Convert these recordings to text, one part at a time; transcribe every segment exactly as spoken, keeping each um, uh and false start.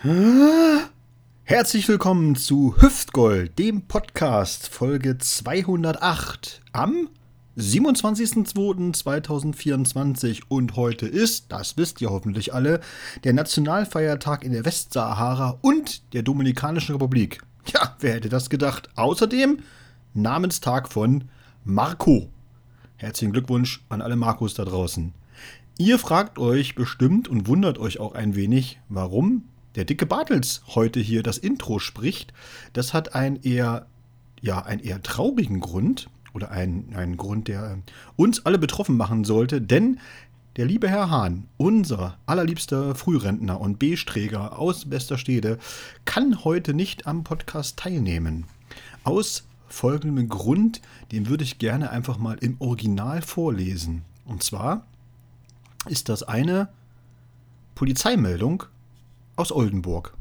Herzlich willkommen zu Hüftgold, dem Podcast, Folge zweihundertacht am siebenundzwanzigsten zweiten zweitausendvierundzwanzig und heute ist, das wisst ihr hoffentlich alle, der Nationalfeiertag in der Westsahara und der Dominikanischen Republik. Ja, wer hätte das gedacht? Außerdem Namenstag von Marco. Herzlichen Glückwunsch an alle Marcos da draußen. Ihr fragt euch bestimmt und wundert euch auch ein wenig, warum der dicke Bartels heute hier das Intro spricht. Das hat einen eher, ja, einen eher traurigen Grund oder einen, einen Grund, der uns alle betroffen machen sollte, denn der liebe Herr Hahn, unser allerliebster Frührentner und Beesträger aus Westerstede, kann heute nicht am Podcast teilnehmen. Aus folgendem Grund, den würde ich gerne einfach mal im Original vorlesen. Und zwar ist das eine Polizeimeldung aus Oldenburg.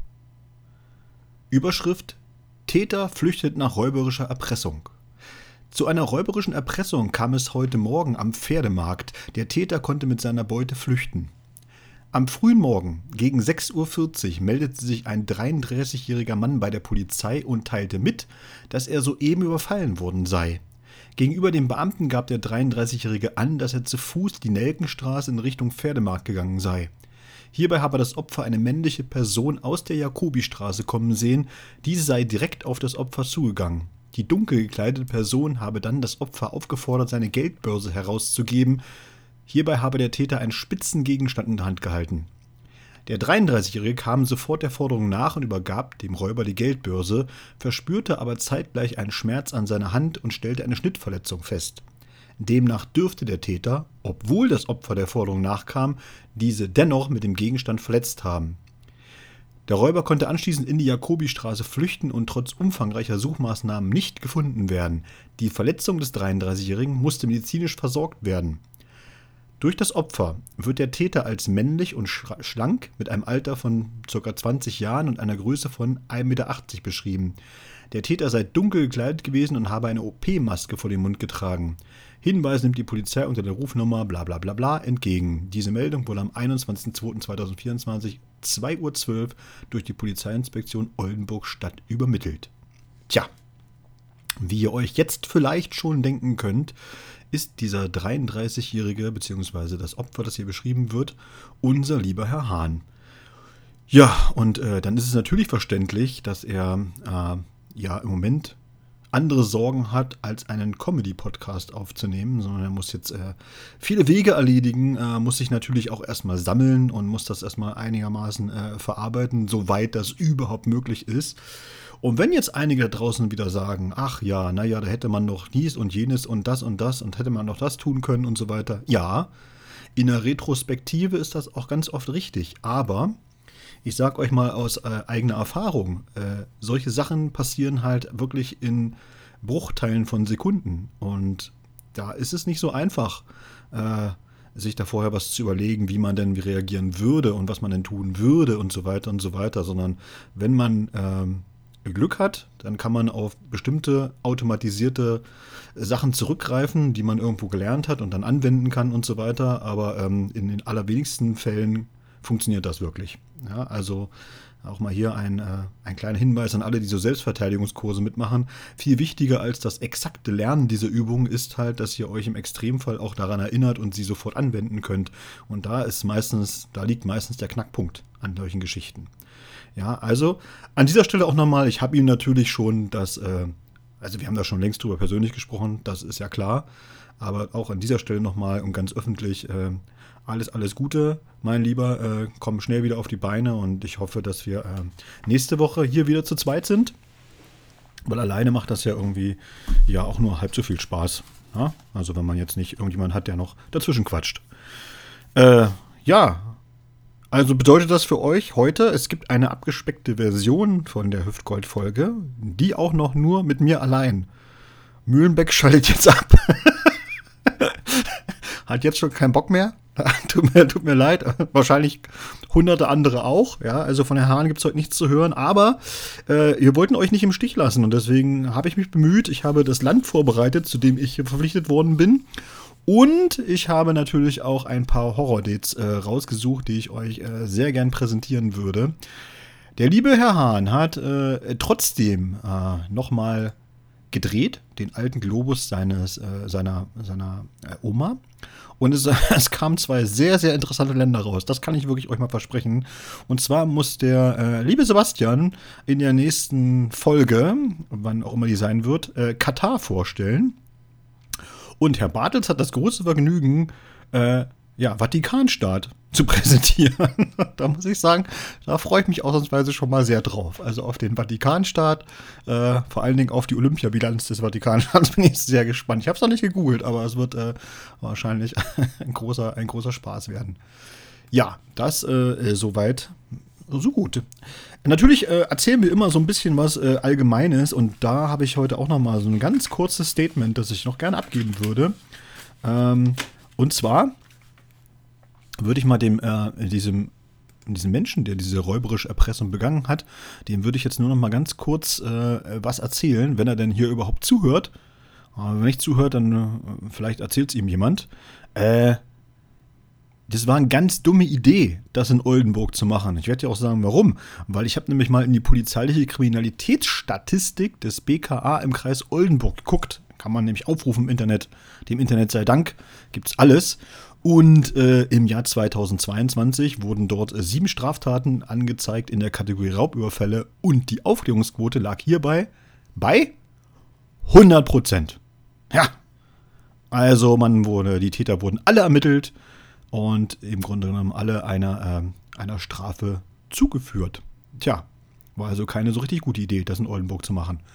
Überschrift: Täter flüchtet nach räuberischer Erpressung. Zu einer räuberischen Erpressung kam es heute Morgen am Pferdemarkt. Der Täter konnte mit seiner Beute flüchten. Am frühen Morgen gegen sechs Uhr vierzig meldete sich ein dreiunddreißigjähriger Mann bei der Polizei und teilte mit, dass er soeben überfallen worden sei. Gegenüber dem Beamten gab der dreiunddreißigjährige an, dass er zu Fuß die Nelkenstraße in Richtung Pferdemarkt gegangen sei. Hierbei habe das Opfer eine männliche Person aus der Jakobistraße kommen sehen, diese sei direkt auf das Opfer zugegangen. Die dunkel gekleidete Person habe dann das Opfer aufgefordert, seine Geldbörse herauszugeben. Hierbei habe der Täter einen spitzen Gegenstand in der Hand gehalten. Der dreiunddreißigjährige kam sofort der Forderung nach und übergab dem Räuber die Geldbörse, verspürte aber zeitgleich einen Schmerz an seiner Hand und stellte eine Schnittverletzung fest. Demnach dürfte der Täter, obwohl das Opfer der Forderung nachkam, diese dennoch mit dem Gegenstand verletzt haben. Der Räuber konnte anschließend in die Jakobistraße flüchten und trotz umfangreicher Suchmaßnahmen nicht gefunden werden. Die Verletzung des dreiunddreißigjährigen musste medizinisch versorgt werden. Durch das Opfer wird der Täter als männlich und schlank mit einem Alter von ca. zwanzig Jahren und einer Größe von ein Meter achtzig beschrieben. Der Täter sei dunkel gekleidet gewesen und habe eine O P-Maske vor dem Mund getragen. Hinweis nimmt die Polizei unter der Rufnummer bla bla bla bla entgegen. Diese Meldung wurde am einundzwanzigsten zweiten zweitausendvierundzwanzig zwei Uhr zwölf durch die Polizeiinspektion Oldenburg-Stadt übermittelt. Tja, wie ihr euch jetzt vielleicht schon denken könnt, ist dieser dreiunddreißigjährige bzw. das Opfer, das hier beschrieben wird, unser lieber Herr Hahn. Ja, und äh, dann ist es natürlich verständlich, dass er äh, ja im Moment andere Sorgen hat, als einen Comedy-Podcast aufzunehmen, sondern er muss jetzt äh, viele Wege erledigen, äh, muss sich natürlich auch erstmal sammeln und muss das erstmal einigermaßen äh, verarbeiten, soweit das überhaupt möglich ist. Und wenn jetzt einige da draußen wieder sagen, ach ja, naja, da hätte man noch dies und jenes und das und das und hätte man noch das tun können und so weiter. Ja, in der Retrospektive ist das auch ganz oft richtig, aber ich sag euch mal aus äh, eigener Erfahrung, äh, solche Sachen passieren halt wirklich in Bruchteilen von Sekunden. Und da ist es nicht so einfach, äh, sich da vorher was zu überlegen, wie man denn reagieren würde und was man denn tun würde und so weiter und so weiter. Sondern wenn man ähm, Glück hat, dann kann man auf bestimmte automatisierte Sachen zurückgreifen, die man irgendwo gelernt hat und dann anwenden kann und so weiter. Aber ähm, in den allerwenigsten Fällen funktioniert das wirklich. Ja, also auch mal hier ein, äh, ein kleiner Hinweis an alle, die so Selbstverteidigungskurse mitmachen. Viel wichtiger als das exakte Lernen dieser Übung ist halt, dass ihr euch im Extremfall auch daran erinnert und sie sofort anwenden könnt. Und da ist meistens, da liegt meistens der Knackpunkt an solchen Geschichten. Ja, also an dieser Stelle auch nochmal, ich habe ihm natürlich schon das, äh, also wir haben da schon längst drüber persönlich gesprochen, das ist ja klar. Aber auch an dieser Stelle nochmal und ganz öffentlich, äh, alles, alles Gute, mein Lieber, äh, komm schnell wieder auf die Beine und ich hoffe, dass wir äh, nächste Woche hier wieder zu zweit sind, weil alleine macht das ja irgendwie ja auch nur halb so viel Spaß. Ja? Also wenn man jetzt nicht irgendjemanden hat, der noch dazwischen quatscht. Äh, ja, also bedeutet das für euch heute, es gibt eine abgespeckte Version von der Hüftgold-Folge, die auch noch nur mit mir allein. Mühlenbeck schaltet jetzt ab. Hat jetzt schon keinen Bock mehr. tut, mir, tut mir leid. Wahrscheinlich hunderte andere auch. Ja, also von Herrn Hahn gibt es heute nichts zu hören. Aber äh, wir wollten euch nicht im Stich lassen. Und deswegen habe ich mich bemüht. Ich habe das Land vorbereitet, zu dem ich verpflichtet worden bin. Und ich habe natürlich auch ein paar Horror-Dates äh, rausgesucht, die ich euch äh, sehr gern präsentieren würde. Der liebe Herr Hahn hat äh, trotzdem äh, nochmal gedreht, den alten Globus seines, äh, seiner, seiner äh, Oma. Und es, es kamen zwei sehr, sehr interessante Länder raus. Das kann ich wirklich euch mal versprechen. Und zwar muss der äh, liebe Sebastian in der nächsten Folge, wann auch immer die sein wird, äh, Katar vorstellen. Und Herr Bartels hat das große Vergnügen, äh, ja, Vatikanstaat zu präsentieren. Da muss ich sagen, da freue ich mich ausnahmsweise schon mal sehr drauf. Also auf den Vatikanstaat, äh, vor allen Dingen auf die Olympiabilanz des Vatikanstaats bin ich sehr gespannt. Ich habe es noch nicht gegoogelt, aber es wird äh, wahrscheinlich ein großer, ein großer Spaß werden. Ja, das äh, soweit, so gut. Natürlich äh, erzählen wir immer so ein bisschen was äh, Allgemeines und da habe ich heute auch noch mal so ein ganz kurzes Statement, das ich noch gerne abgeben würde. Ähm, und zwar würde ich mal dem, äh, diesem, diesem Menschen, der diese räuberische Erpressung begangen hat, dem würde ich jetzt nur noch mal ganz kurz äh, was erzählen, wenn er denn hier überhaupt zuhört. Aber wenn er nicht zuhört, dann äh, vielleicht erzählt es ihm jemand. Äh, das war eine ganz dumme Idee, das in Oldenburg zu machen. Ich werde dir auch sagen, warum. Weil ich habe nämlich mal in die polizeiliche Kriminalitätsstatistik des B K A im Kreis Oldenburg geguckt. Kann man nämlich aufrufen im Internet. Dem Internet sei Dank gibt's alles. Und äh, im Jahr zweitausendzweiundzwanzig wurden dort äh, sieben Straftaten angezeigt in der Kategorie Raubüberfälle und die Aufklärungsquote lag hierbei bei hundert Prozent. Ja, also man wurde, die Täter wurden alle ermittelt und im Grunde genommen alle einer, äh, einer Strafe zugeführt. Tja, war also keine so richtig gute Idee, das in Oldenburg zu machen.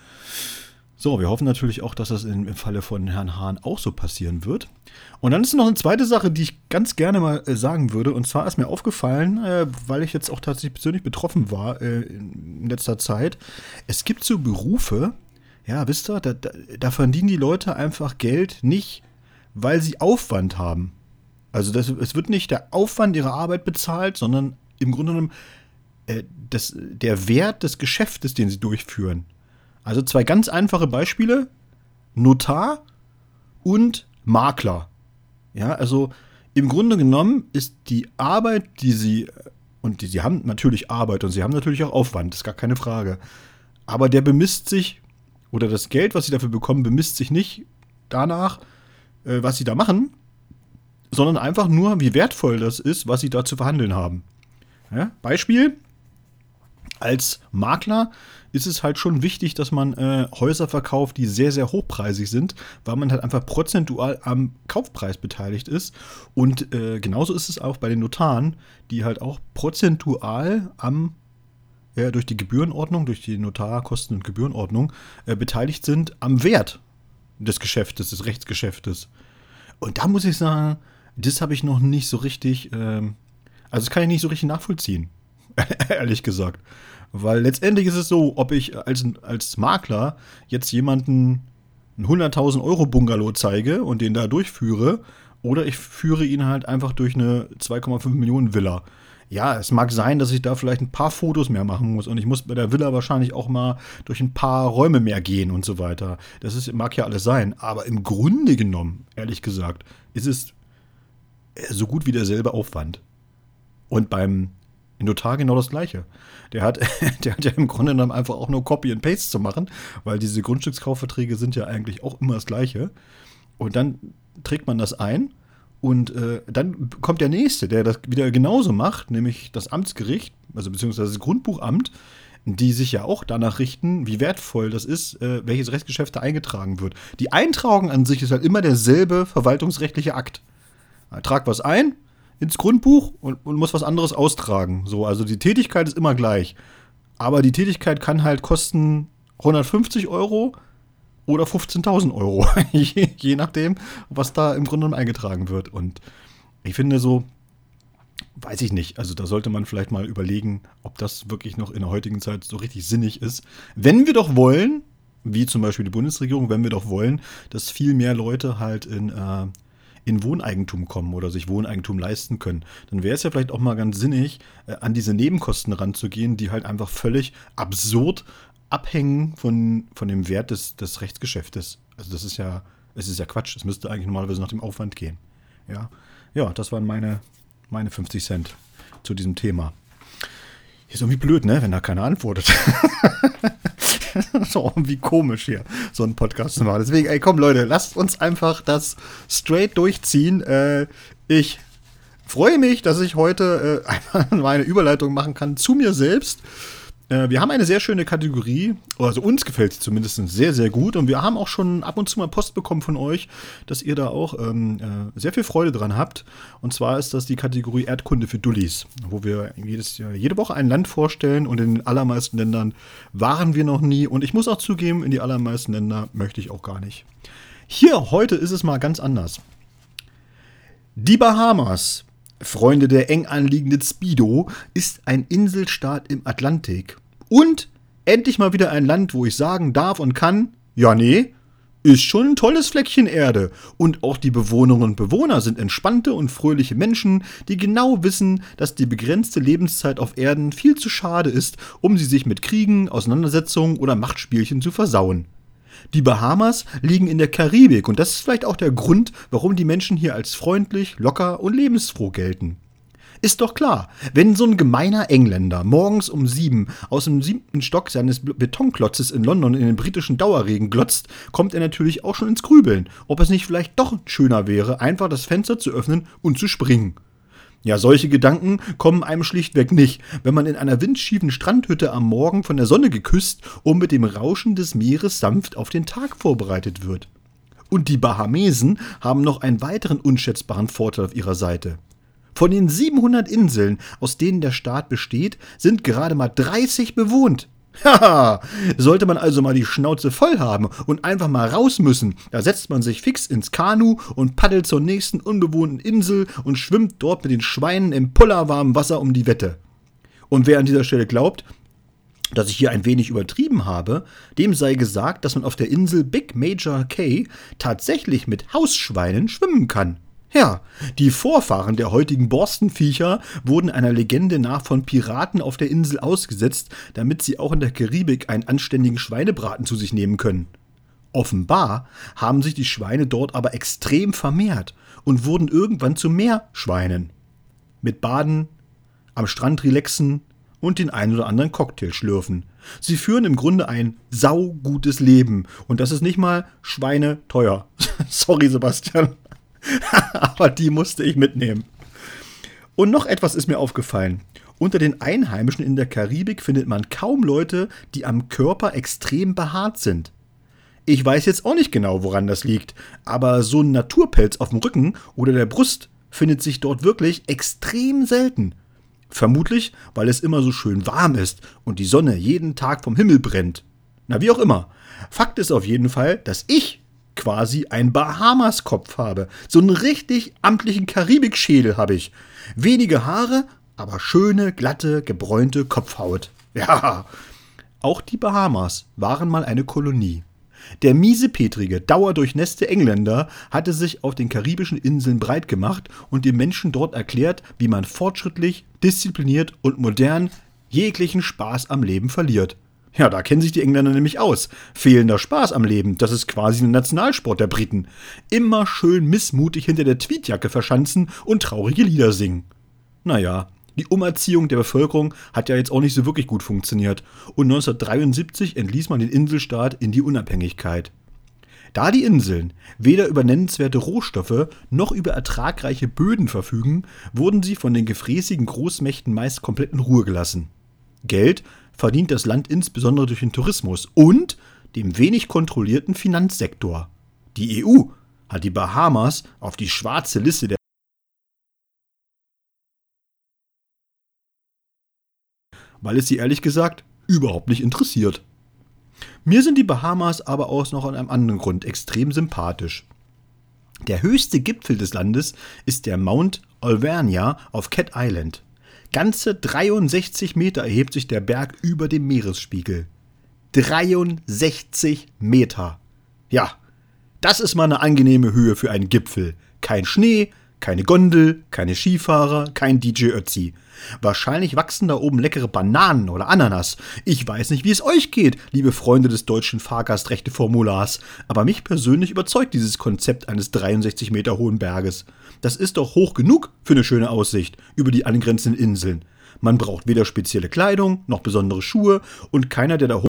So, wir hoffen natürlich auch, dass das im Falle von Herrn Hahn auch so passieren wird. Und dann ist noch eine zweite Sache, die ich ganz gerne mal äh, sagen würde. Und zwar ist mir aufgefallen, äh, weil ich jetzt auch tatsächlich persönlich betroffen war äh, in letzter Zeit. Es gibt so Berufe, ja, wisst ihr, da, da, da verdienen die Leute einfach Geld nicht, weil sie Aufwand haben. Also das, es wird nicht der Aufwand ihrer Arbeit bezahlt, sondern im Grunde genommen äh, das, der Wert des Geschäftes, den sie durchführen. Also zwei ganz einfache Beispiele, Notar und Makler. Ja, also im Grunde genommen ist die Arbeit, die sie, und die, sie haben natürlich Arbeit und sie haben natürlich auch Aufwand, ist gar keine Frage. Aber der bemisst sich, oder das Geld, was sie dafür bekommen, bemisst sich nicht danach, äh, was sie da machen, sondern einfach nur, wie wertvoll das ist, was sie da zu verhandeln haben. Ja, Beispiel: Als Makler ist es halt schon wichtig, dass man äh, Häuser verkauft, die sehr, sehr hochpreisig sind, weil man halt einfach prozentual am Kaufpreis beteiligt ist. Und äh, genauso ist es auch bei den Notaren, die halt auch prozentual am, äh, durch die Gebührenordnung, durch die Notarkosten- und Gebührenordnung äh, beteiligt sind am Wert des Geschäftes, des Rechtsgeschäftes. Und da muss ich sagen, das habe ich noch nicht so richtig, ähm, also das kann ich nicht so richtig nachvollziehen. Ehrlich gesagt. Weil letztendlich ist es so, ob ich als, als Makler jetzt jemanden einen hunderttausend Euro Bungalow zeige und den da durchführe, oder ich führe ihn halt einfach durch eine zwei Komma fünf Millionen Villa. Ja, es mag sein, dass ich da vielleicht ein paar Fotos mehr machen muss und ich muss bei der Villa wahrscheinlich auch mal durch ein paar Räume mehr gehen und so weiter. Das ist, mag ja alles sein, aber im Grunde genommen, ehrlich gesagt, ist es so gut wie derselbe Aufwand. Und beim Notar genau das Gleiche. Der hat, der hat ja im Grunde genommen einfach auch nur Copy and Paste zu machen, weil diese Grundstückskaufverträge sind ja eigentlich auch immer das Gleiche. Und dann trägt man das ein und äh, dann kommt der Nächste, der das wieder genauso macht, nämlich das Amtsgericht, also beziehungsweise das Grundbuchamt, die sich ja auch danach richten, wie wertvoll das ist, äh, welches Rechtsgeschäft da eingetragen wird. Die Eintragung an sich ist halt immer derselbe verwaltungsrechtliche Akt. Trag was ein ins Grundbuch und, und muss was anderes austragen. So, also die Tätigkeit ist immer gleich. Aber die Tätigkeit kann halt kosten hundertfünfzig Euro oder fünfzehntausend Euro. je, je nachdem, was da im Grunde genommen eingetragen wird. Und ich finde so, weiß ich nicht. Also da sollte man vielleicht mal überlegen, ob das wirklich noch in der heutigen Zeit so richtig sinnig ist. Wenn wir doch wollen, wie zum Beispiel die Bundesregierung, wenn wir doch wollen, dass viel mehr Leute halt in äh, in Wohneigentum kommen oder sich Wohneigentum leisten können, dann wäre es ja vielleicht auch mal ganz sinnig, äh, an diese Nebenkosten ranzugehen, die halt einfach völlig absurd abhängen von, von dem Wert des, des Rechtsgeschäftes. Also das ist ja, es ist ja Quatsch. Es müsste eigentlich normalerweise nach dem Aufwand gehen. Ja, ja, das waren meine, meine fünfzig Cent zu diesem Thema. Ist irgendwie blöd, ne, wenn da keiner antwortet. So irgendwie komisch hier, so einen Podcast zu machen. Deswegen, ey, komm Leute, lasst uns einfach das straight durchziehen. Äh, ich freue mich, dass ich heute äh, einfach meine Überleitung machen kann zu mir selbst. Äh, wir haben eine sehr schöne Kategorie, also uns gefällt sie zumindest sehr, sehr gut. Und wir haben auch schon ab und zu mal Post bekommen von euch, dass ihr da auch ähm, äh, sehr viel Freude dran habt. Und zwar ist das die Kategorie Erdkunde für Dullis, wo wir jedes Jahr, jede Woche ein Land vorstellen. Und in den allermeisten Ländern waren wir noch nie. Und ich muss auch zugeben, in die allermeisten Länder möchte ich auch gar nicht. Hier, heute ist es mal ganz anders. Die Bahamas, Freunde der eng anliegenden Speedo, ist ein Inselstaat im Atlantik. Und endlich mal wieder ein Land, wo ich sagen darf und kann, ja nee, ist schon ein tolles Fleckchen Erde. Und auch die Bewohnerinnen und Bewohner sind entspannte und fröhliche Menschen, die genau wissen, dass die begrenzte Lebenszeit auf Erden viel zu schade ist, um sie sich mit Kriegen, Auseinandersetzungen oder Machtspielchen zu versauen. Die Bahamas liegen in der Karibik und das ist vielleicht auch der Grund, warum die Menschen hier als freundlich, locker und lebensfroh gelten. Ist doch klar, wenn so ein gemeiner Engländer morgens um sieben aus dem siebten Stock seines Betonklotzes in London in den britischen Dauerregen glotzt, kommt er natürlich auch schon ins Grübeln, ob es nicht vielleicht doch schöner wäre, einfach das Fenster zu öffnen und zu springen. Ja, solche Gedanken kommen einem schlichtweg nicht, wenn man in einer windschiefen Strandhütte am Morgen von der Sonne geküsst und mit dem Rauschen des Meeres sanft auf den Tag vorbereitet wird. Und die Bahamesen haben noch einen weiteren unschätzbaren Vorteil auf ihrer Seite. Von den siebenhundert Inseln, aus denen der Staat besteht, sind gerade mal dreißig bewohnt. Haha, sollte man also mal die Schnauze voll haben und einfach mal raus müssen, da setzt man sich fix ins Kanu und paddelt zur nächsten unbewohnten Insel und schwimmt dort mit den Schweinen im pullerwarmen Wasser um die Wette. Und wer an dieser Stelle glaubt, dass ich hier ein wenig übertrieben habe, dem sei gesagt, dass man auf der Insel Big Major Cay tatsächlich mit Hausschweinen schwimmen kann. Ja, die Vorfahren der heutigen Borstenviecher wurden einer Legende nach von Piraten auf der Insel ausgesetzt, damit sie auch in der Karibik einen anständigen Schweinebraten zu sich nehmen können. Offenbar haben sich die Schweine dort aber extrem vermehrt und wurden irgendwann zu Meerschweinen. Mit Baden, am Strand relaxen und den ein oder anderen Cocktail schlürfen. Sie führen im Grunde ein saugutes Leben und das ist nicht mal schweineteuer. Sorry, Sebastian. Aber die musste ich mitnehmen. Und noch etwas ist mir aufgefallen. Unter den Einheimischen in der Karibik findet man kaum Leute, die am Körper extrem behaart sind. Ich weiß jetzt auch nicht genau, woran das liegt, aber so ein Naturpelz auf dem Rücken oder der Brust findet sich dort wirklich extrem selten. Vermutlich, weil es immer so schön warm ist und die Sonne jeden Tag vom Himmel brennt. Na, wie auch immer. Fakt ist auf jeden Fall, dass ich quasi einen Bahamas-Kopf habe. So einen richtig amtlichen Karibik-Schädel habe ich. Wenige Haare, aber schöne, glatte, gebräunte Kopfhaut. Ja, auch die Bahamas waren mal eine Kolonie. Der miesepetrige, dauerdurchnässte Engländer hatte sich auf den karibischen Inseln breit gemacht und den Menschen dort erklärt, wie man fortschrittlich, diszipliniert und modern jeglichen Spaß am Leben verliert. Ja, da kennen sich die Engländer nämlich aus. Fehlender Spaß am Leben, das ist quasi ein Nationalsport der Briten. Immer schön missmutig hinter der Tweedjacke verschanzen und traurige Lieder singen. Naja, die Umerziehung der Bevölkerung hat ja jetzt auch nicht so wirklich gut funktioniert und neunzehnhundertdreiundsiebzig entließ man den Inselstaat in die Unabhängigkeit. Da die Inseln weder über nennenswerte Rohstoffe noch über ertragreiche Böden verfügen, wurden sie von den gefräßigen Großmächten meist komplett in Ruhe gelassen. Geld verdient das Land insbesondere durch den Tourismus und dem wenig kontrollierten Finanzsektor. Die E U hat die Bahamas auf die schwarze Liste der weil es sie ehrlich gesagt überhaupt nicht interessiert. Mir sind die Bahamas aber auch noch aus einem anderen Grund extrem sympathisch. Der höchste Gipfel des Landes ist der Mount Alvernia auf Cat Island. Ganze dreiundsechzig Meter erhebt sich der Berg über dem Meeresspiegel. dreiundsechzig Meter. Ja, das ist mal eine angenehme Höhe für einen Gipfel. Kein Schnee, keine Gondel, keine Skifahrer, kein D J Ötzi. Wahrscheinlich wachsen da oben leckere Bananen oder Ananas. Ich weiß nicht, wie es euch geht, liebe Freunde des deutschen Fahrgastrechte-Formulars, aber mich persönlich überzeugt dieses Konzept eines dreiundsechzig Meter hohen Berges. Das ist doch hoch genug für eine schöne Aussicht über die angrenzenden Inseln. Man braucht weder spezielle Kleidung noch besondere Schuhe und keiner, der da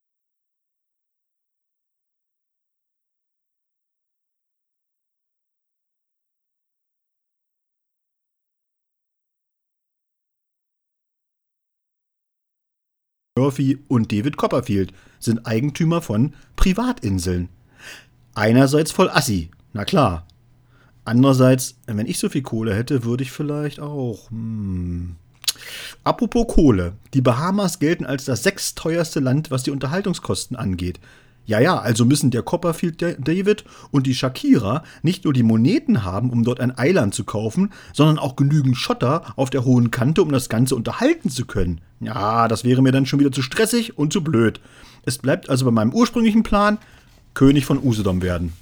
Murphy und David Copperfield sind Eigentümer von Privatinseln. Einerseits voll assi, na klar. Andererseits, wenn ich so viel Kohle hätte, würde ich vielleicht auch. Hm. Apropos Kohle. Die Bahamas gelten als das sechstteuerste Land, was die Unterhaltungskosten angeht. Ja, ja, also müssen der Copperfield David und die Shakira nicht nur die Moneten haben, um dort ein Eiland zu kaufen, sondern auch genügend Schotter auf der hohen Kante, um das Ganze unterhalten zu können. Ja, das wäre mir dann schon wieder zu stressig und zu blöd. Es bleibt also bei meinem ursprünglichen Plan, König von Usedom werden.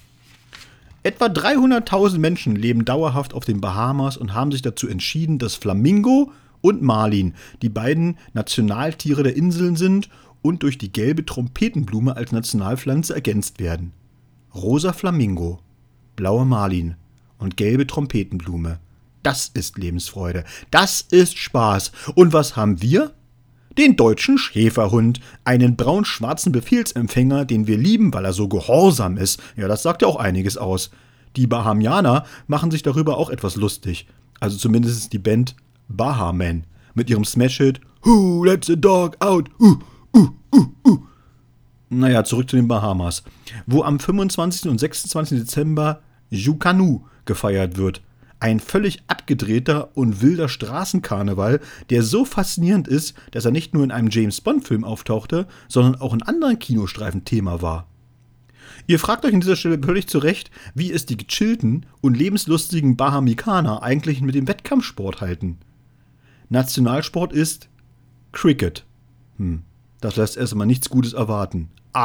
Etwa dreihunderttausend Menschen leben dauerhaft auf den Bahamas und haben sich dazu entschieden, dass Flamingo und Marlin die beiden Nationaltiere der Inseln sind und durch die gelbe Trompetenblume als Nationalpflanze ergänzt werden. Rosa Flamingo, blaue Marlin und gelbe Trompetenblume. Das ist Lebensfreude. Das ist Spaß. Und was haben wir? Den deutschen Schäferhund, einen braun-schwarzen Befehlsempfänger, den wir lieben, weil er so gehorsam ist. Ja, das sagt ja auch einiges aus. Die Bahamianer machen sich darüber auch etwas lustig. Also zumindest die Band Bahamen mit ihrem Smash-Hit Who let the dog out? Uh, uh, uh, uh. Naja, zurück zu den Bahamas, wo am fünfundzwanzigsten und sechsundzwanzigsten Dezember Jukanu gefeiert wird. Ein völlig abgedrehter und wilder Straßenkarneval, der so faszinierend ist, dass er nicht nur in einem James-Bond-Film auftauchte, sondern auch in anderen Kinostreifen Thema war. Ihr fragt euch an dieser Stelle völlig zu Recht, wie es die gechillten und lebenslustigen Bahamikaner eigentlich mit dem Wettkampfsport halten. Nationalsport ist Cricket. Hm, das lässt erstmal nichts Gutes erwarten.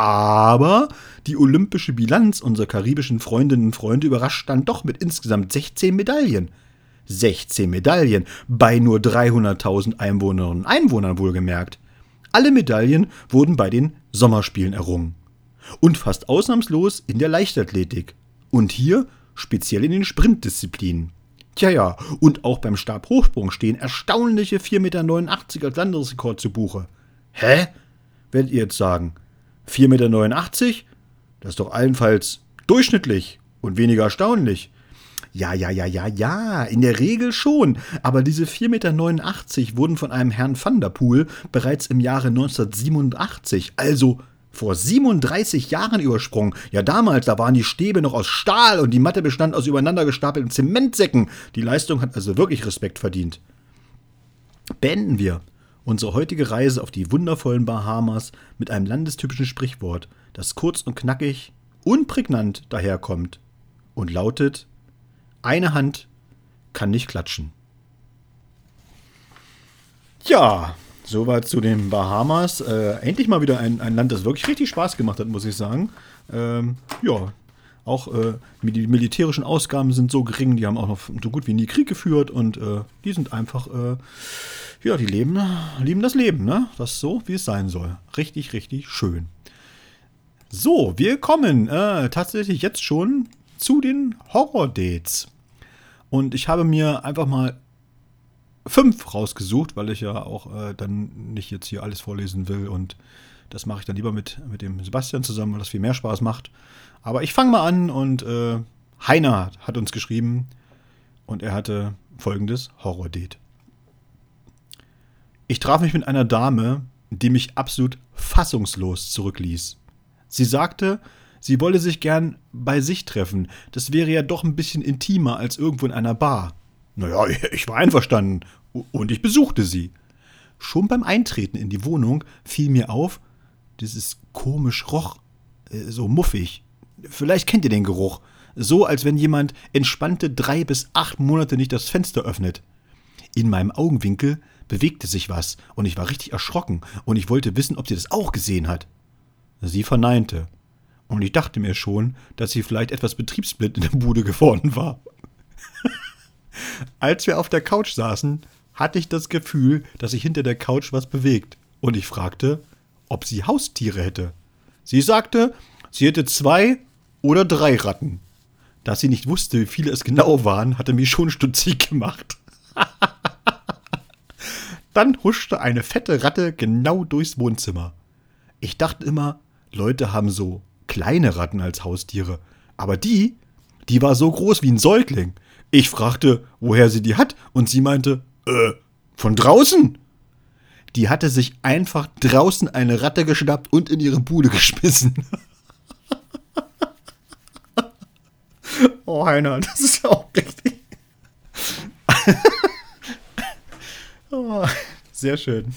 Aber die olympische Bilanz unserer karibischen Freundinnen und Freunde überrascht dann doch mit insgesamt sechzehn Medaillen. sechzehn Medaillen bei nur dreihunderttausend Einwohnerinnen und Einwohnern wohlgemerkt. Alle Medaillen wurden bei den Sommerspielen errungen. Und fast ausnahmslos in der Leichtathletik. Und hier speziell in den Sprintdisziplinen. Tja ja, und auch beim Stabhochsprung stehen erstaunliche vier Komma neunundachtzig Meter als Landesrekord zu Buche. Hä? Werdet ihr jetzt sagen. vier Komma neunundachtzig Meter? Das ist doch allenfalls durchschnittlich und weniger erstaunlich. Ja, ja, ja, ja, ja, in der Regel schon. Aber diese vier Komma neunundachtzig Meter wurden von einem Herrn Van der Poel bereits im Jahre neunzehnhundertsiebenundachtzig, also vor siebenunddreißig Jahren übersprungen. Ja, damals, da waren die Stäbe noch aus Stahl und die Matte bestand aus übereinander gestapelten Zementsäcken. Die Leistung hat also wirklich Respekt verdient. Beenden wir unsere heutige Reise auf die wundervollen Bahamas mit einem landestypischen Sprichwort, das kurz und knackig und prägnant daherkommt und lautet: Eine Hand kann nicht klatschen. Ja, soweit zu den Bahamas. Äh, endlich mal wieder ein, ein Land, das wirklich richtig Spaß gemacht hat, muss ich sagen. Ähm, ja, auch äh, die militärischen Ausgaben sind so gering, die haben auch noch so gut wie nie Krieg geführt und äh, die sind einfach, äh, ja, die leben, lieben das Leben, ne? Das ist so, wie es sein soll. Richtig, richtig schön. So, wir kommen äh, tatsächlich jetzt schon zu den Horror-Dates. Und ich habe mir einfach mal fünf rausgesucht, weil ich ja auch äh, dann nicht jetzt hier alles vorlesen will. Und das mache ich dann lieber mit, mit dem Sebastian zusammen, weil das viel mehr Spaß macht. Aber ich fange mal an und äh, Heiner hat uns geschrieben und er hatte folgendes Horror-Date. Ich traf mich mit einer Dame, die mich absolut fassungslos zurückließ. Sie sagte, sie wolle sich gern bei sich treffen. Das wäre ja doch ein bisschen intimer als irgendwo in einer Bar. Naja, ich war einverstanden und ich besuchte sie. Schon beim Eintreten in die Wohnung fiel mir auf, dass es komisch roch, so muffig. Vielleicht kennt ihr den Geruch. So, als wenn jemand entspannte drei bis acht Monate nicht das Fenster öffnet. In meinem Augenwinkel bewegte sich was und ich war richtig erschrocken und ich wollte wissen, ob sie das auch gesehen hat. Sie verneinte. Und ich dachte mir schon, dass sie vielleicht etwas betriebsblind in der Bude geworden war. Als wir auf der Couch saßen, hatte ich das Gefühl, dass sich hinter der Couch was bewegt. Und ich fragte, ob sie Haustiere hätte. Sie sagte, sie hätte zwei oder drei Ratten. Dass sie nicht wusste, wie viele es genau waren, hatte mich schon stutzig gemacht. Dann huschte eine fette Ratte genau durchs Wohnzimmer. Ich dachte immer, Leute haben so kleine Ratten als Haustiere. Aber die, die war so groß wie ein Säugling. Ich fragte, woher sie die hat, und sie meinte, äh, von draußen. Die hatte sich einfach draußen eine Ratte geschnappt und in ihre Bude geschmissen. Oh, Heiner, das ist ja auch richtig. Oh, sehr schön.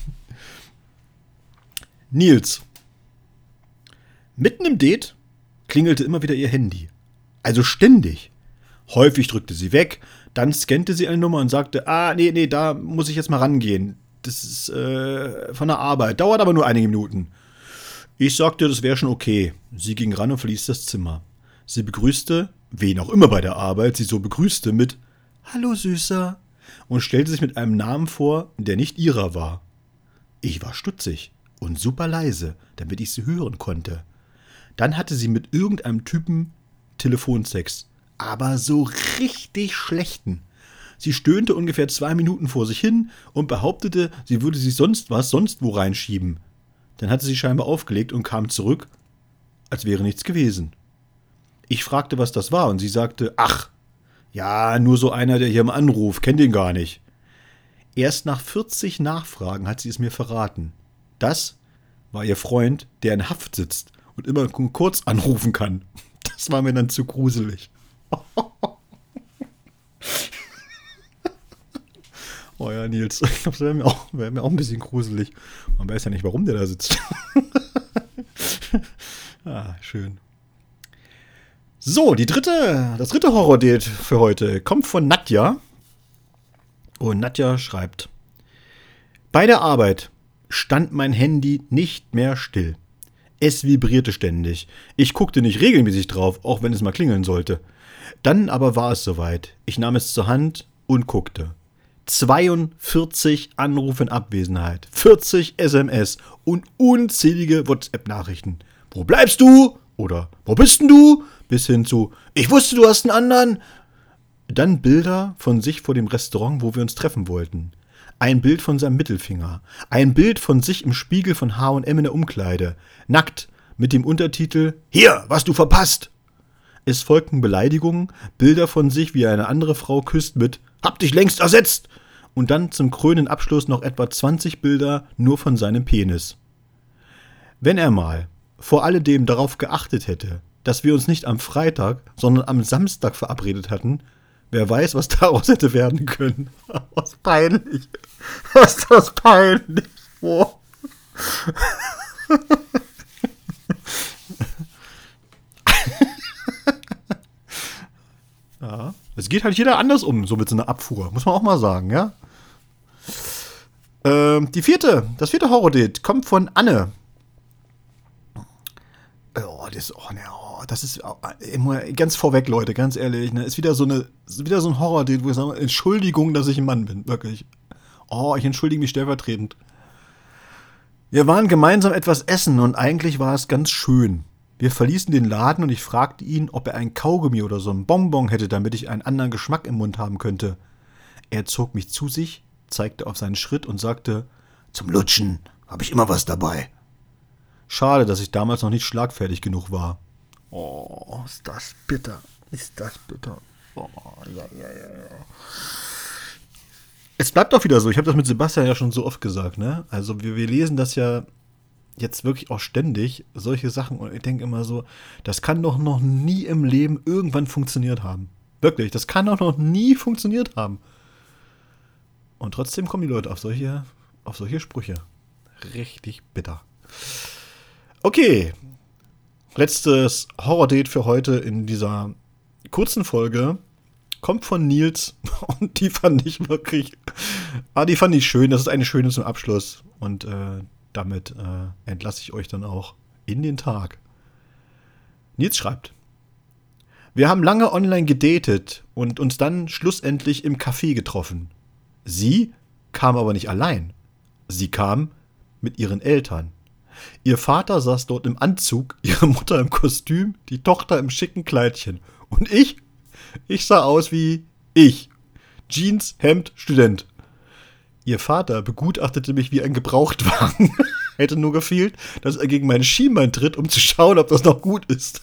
Nils. Mitten im Date klingelte immer wieder ihr Handy. Also ständig. Häufig drückte sie weg, dann scannte sie eine Nummer und sagte, ah, nee, nee, da muss ich jetzt mal rangehen. Das ist äh, von der Arbeit, dauert aber nur einige Minuten. Ich sagte, das wäre schon okay. Sie ging ran und verließ das Zimmer. Sie begrüßte, wen auch immer bei der Arbeit sie so begrüßte, mit »Hallo, Süßer« und stellte sich mit einem Namen vor, der nicht ihrer war. Ich war stutzig und super leise, damit ich sie hören konnte. Dann hatte sie mit irgendeinem Typen Telefonsex, aber so richtig schlechten. Sie stöhnte ungefähr zwei Minuten vor sich hin und behauptete, sie würde sich sonst was sonst wo reinschieben. Dann hatte sie scheinbar aufgelegt und kam zurück, als wäre nichts gewesen. Ich fragte, was das war, und sie sagte, ach, ja, nur so einer, der hier im Anruf, kennt ihn gar nicht. Erst nach vierzig Nachfragen hat sie es mir verraten. Das war ihr Freund, der in Haft sitzt und immer kurz anrufen kann. Das war mir dann zu gruselig. Oh ja, Nils, ich glaube, das wäre mir, wär mir auch ein bisschen gruselig. Man weiß ja nicht, warum der da sitzt. Ah, schön. So, die dritte, das dritte Horror-Date für heute kommt von Nadja. Und Nadja schreibt: Bei der Arbeit stand mein Handy nicht mehr still. Es vibrierte ständig. Ich guckte nicht regelmäßig drauf, auch wenn es mal klingeln sollte. Dann aber war es soweit. Ich nahm es zur Hand und guckte. zweiundvierzig Anrufe in Abwesenheit, vierzig S M S und unzählige WhatsApp-Nachrichten. Wo bleibst du? Oder wo bist denn du? Bis hin zu, ich wusste, du hast einen anderen. Dann Bilder von sich vor dem Restaurant, wo wir uns treffen wollten. Ein Bild von seinem Mittelfinger. Ein Bild von sich im Spiegel von H und M in der Umkleide. Nackt, mit dem Untertitel, hier, was du verpasst. Es folgten Beleidigungen, Bilder von sich, wie er eine andere Frau küsst mit, hab dich längst ersetzt. Und dann zum krönenden Abschluss noch etwa zwanzig Bilder nur von seinem Penis. Wenn er mal vor alledem darauf geachtet hätte, dass wir uns nicht am Freitag, sondern am Samstag verabredet hatten, wer weiß, was daraus hätte werden können. Was peinlich. Was ist das peinlich. Oh. Ja, es geht halt jeder anders um, so mit so einer Abfuhr. Muss man auch mal sagen, ja? Ähm, die vierte, das vierte Horror-Date kommt von Anne. Oh, das, oh, ne, oh, das ist immer ganz vorweg, Leute, ganz ehrlich, ne, ist wieder so eine, ist wieder so ein Horror-Date, wo ich sage, Entschuldigung, dass ich ein Mann bin, wirklich. Oh, ich entschuldige mich stellvertretend. Wir waren gemeinsam etwas essen und eigentlich war es ganz schön. Wir verließen den Laden und ich fragte ihn, ob er ein Kaugummi oder so ein Bonbon hätte, damit ich einen anderen Geschmack im Mund haben könnte. Er zog mich zu sich, zeigte auf seinen Schritt und sagte, zum Lutschen habe ich immer was dabei. Schade, dass ich damals noch nicht schlagfertig genug war. Oh, ist das bitter. Ist das bitter. Oh, ja, ja, ja. Es bleibt auch wieder so. Ich habe das mit Sebastian ja schon so oft gesagt, ne? Also wir, wir lesen das ja jetzt wirklich auch ständig, solche Sachen. Und ich denke immer so, das kann doch noch nie im Leben irgendwann funktioniert haben. Wirklich, das kann doch noch nie funktioniert haben. Und trotzdem kommen die Leute auf solche, auf solche Sprüche. Richtig bitter. Okay, letztes Horror-Date für heute in dieser kurzen Folge kommt von Nils und die fand ich wirklich, ah, die fand ich schön, das ist eine schöne zum Abschluss und äh, damit äh, entlasse ich euch dann auch in den Tag. Nils schreibt: Wir haben lange online gedatet und uns dann schlussendlich im Café getroffen. Sie kam aber nicht allein, sie kam mit ihren Eltern. Ihr Vater saß dort im Anzug, ihre Mutter im Kostüm, die Tochter im schicken Kleidchen. Und ich? Ich sah aus wie ich. Jeans, Hemd, Student. Ihr Vater begutachtete mich wie ein Gebrauchtwagen. Hätte nur gefehlt, dass er gegen mein Schienbein tritt, um zu schauen, ob das noch gut ist.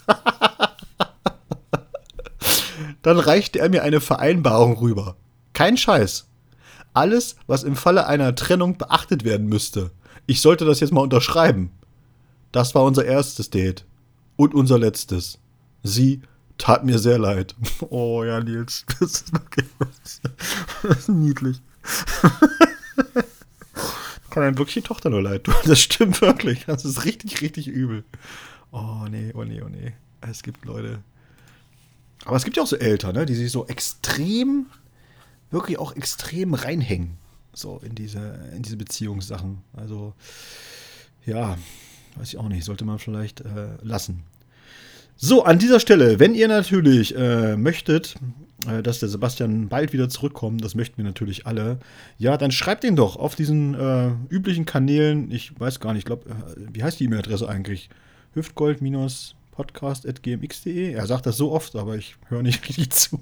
Dann reichte er mir eine Vereinbarung rüber. Kein Scheiß. Alles, was im Falle einer Trennung beachtet werden müsste. Ich sollte das jetzt mal unterschreiben. Das war unser erstes Date. Und unser letztes. Sie tat mir sehr leid. Oh ja, Nils, das ist wirklich das ist niedlich. Kann einem wirklich die Tochter nur leid tun. Das stimmt wirklich. Das ist richtig, richtig übel. Oh nee, oh nee, oh nee. Es gibt Leute. Aber es gibt ja auch so Eltern, ne, die sich so extrem, wirklich auch extrem reinhängen. So in diese, in diese Beziehungssachen. Also, ja, weiß ich auch nicht. Sollte man vielleicht äh, lassen. So, an dieser Stelle, wenn ihr natürlich äh, möchtet, äh, dass der Sebastian bald wieder zurückkommt, das möchten wir natürlich alle, ja, dann schreibt ihn doch auf diesen äh, üblichen Kanälen, ich weiß gar nicht, ich glaube, äh, wie heißt die E-Mail-Adresse eigentlich? hüftgold-podcast at gmx punkt de. Er sagt das so oft, aber ich höre nicht richtig zu.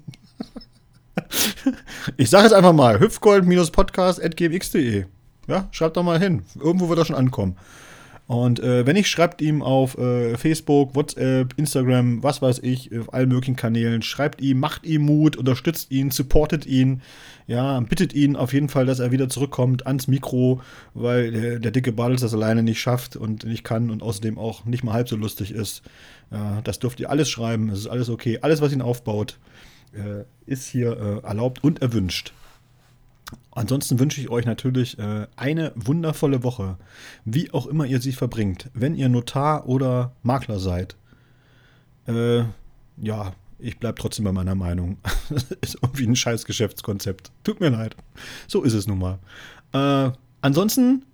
Ich sage es einfach mal, hüftgold-podcast at gmx punkt de. Ja, schreibt doch mal hin, irgendwo wird er schon ankommen. Und äh, wenn nicht, schreibt ihm auf äh, Facebook, WhatsApp, Instagram, was weiß ich, auf allen möglichen Kanälen. Schreibt ihm, macht ihm Mut, unterstützt ihn, supportet ihn. Ja, bittet ihn auf jeden Fall, dass er wieder zurückkommt ans Mikro, weil der, der dicke Balz das alleine nicht schafft und nicht kann und außerdem auch nicht mal halb so lustig ist. Ja, das dürft ihr alles schreiben, es ist alles okay. Alles, was ihn aufbaut, äh, ist hier äh, erlaubt und erwünscht. Ansonsten wünsche ich euch natürlich äh, eine wundervolle Woche, wie auch immer ihr sie verbringt. Wenn ihr Notar oder Makler seid, äh, ja, ich bleibe trotzdem bei meiner Meinung. Das ist irgendwie ein scheiß Geschäftskonzept. Tut mir leid. So ist es nun mal. Äh, ansonsten,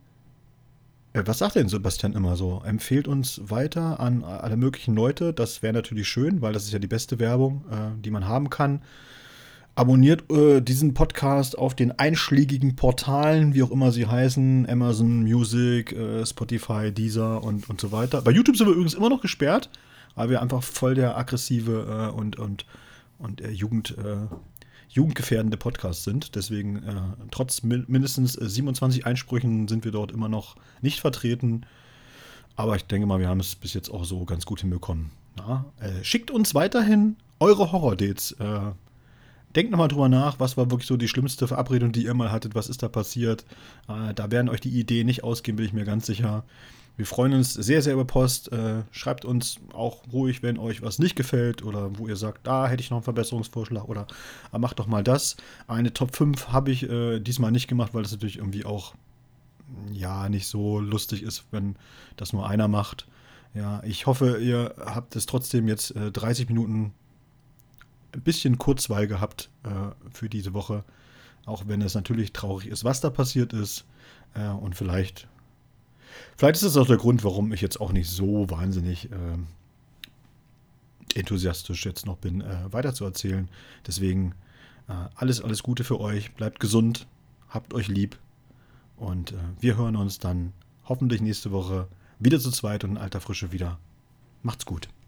äh, was sagt denn Sebastian immer so? Empfehlt uns weiter an alle möglichen Leute. Das wäre natürlich schön, weil das ist ja die beste Werbung, äh, die man haben kann. Abonniert äh, diesen Podcast auf den einschlägigen Portalen, wie auch immer sie heißen, Amazon Music, äh, Spotify, Deezer und, und so weiter. Bei YouTube sind wir übrigens immer noch gesperrt, weil wir einfach voll der aggressive äh, und, und, und äh, Jugend, äh, jugendgefährdende Podcast sind. Deswegen, äh, trotz mi- mindestens äh, siebenundzwanzig Einsprüchen sind wir dort immer noch nicht vertreten. Aber ich denke mal, wir haben es bis jetzt auch so ganz gut hinbekommen. Ja, äh, schickt uns weiterhin eure Horror-Dates. Äh, Denkt nochmal drüber nach, was war wirklich so die schlimmste Verabredung, die ihr mal hattet, was ist da passiert. Äh, da werden euch die Ideen nicht ausgehen, bin ich mir ganz sicher. Wir freuen uns sehr, sehr über Post. Äh, schreibt uns auch ruhig, wenn euch was nicht gefällt oder wo ihr sagt, da hätte ich noch einen Verbesserungsvorschlag oder ah, macht doch mal das. Eine Top fünf habe ich äh, diesmal nicht gemacht, weil das natürlich irgendwie auch ja nicht so lustig ist, wenn das nur einer macht. Ja, ich hoffe, ihr habt es trotzdem jetzt äh, dreißig Minuten ein bisschen Kurzweil gehabt äh, für diese Woche, auch wenn es natürlich traurig ist, was da passiert ist. Äh, und vielleicht, vielleicht ist das auch der Grund, warum ich jetzt auch nicht so wahnsinnig äh, enthusiastisch jetzt noch bin, äh, weiterzuerzählen. Deswegen äh, alles, alles Gute für euch. Bleibt gesund, habt euch lieb und äh, wir hören uns dann hoffentlich nächste Woche wieder zu zweit und in alter Frische wieder. Macht's gut.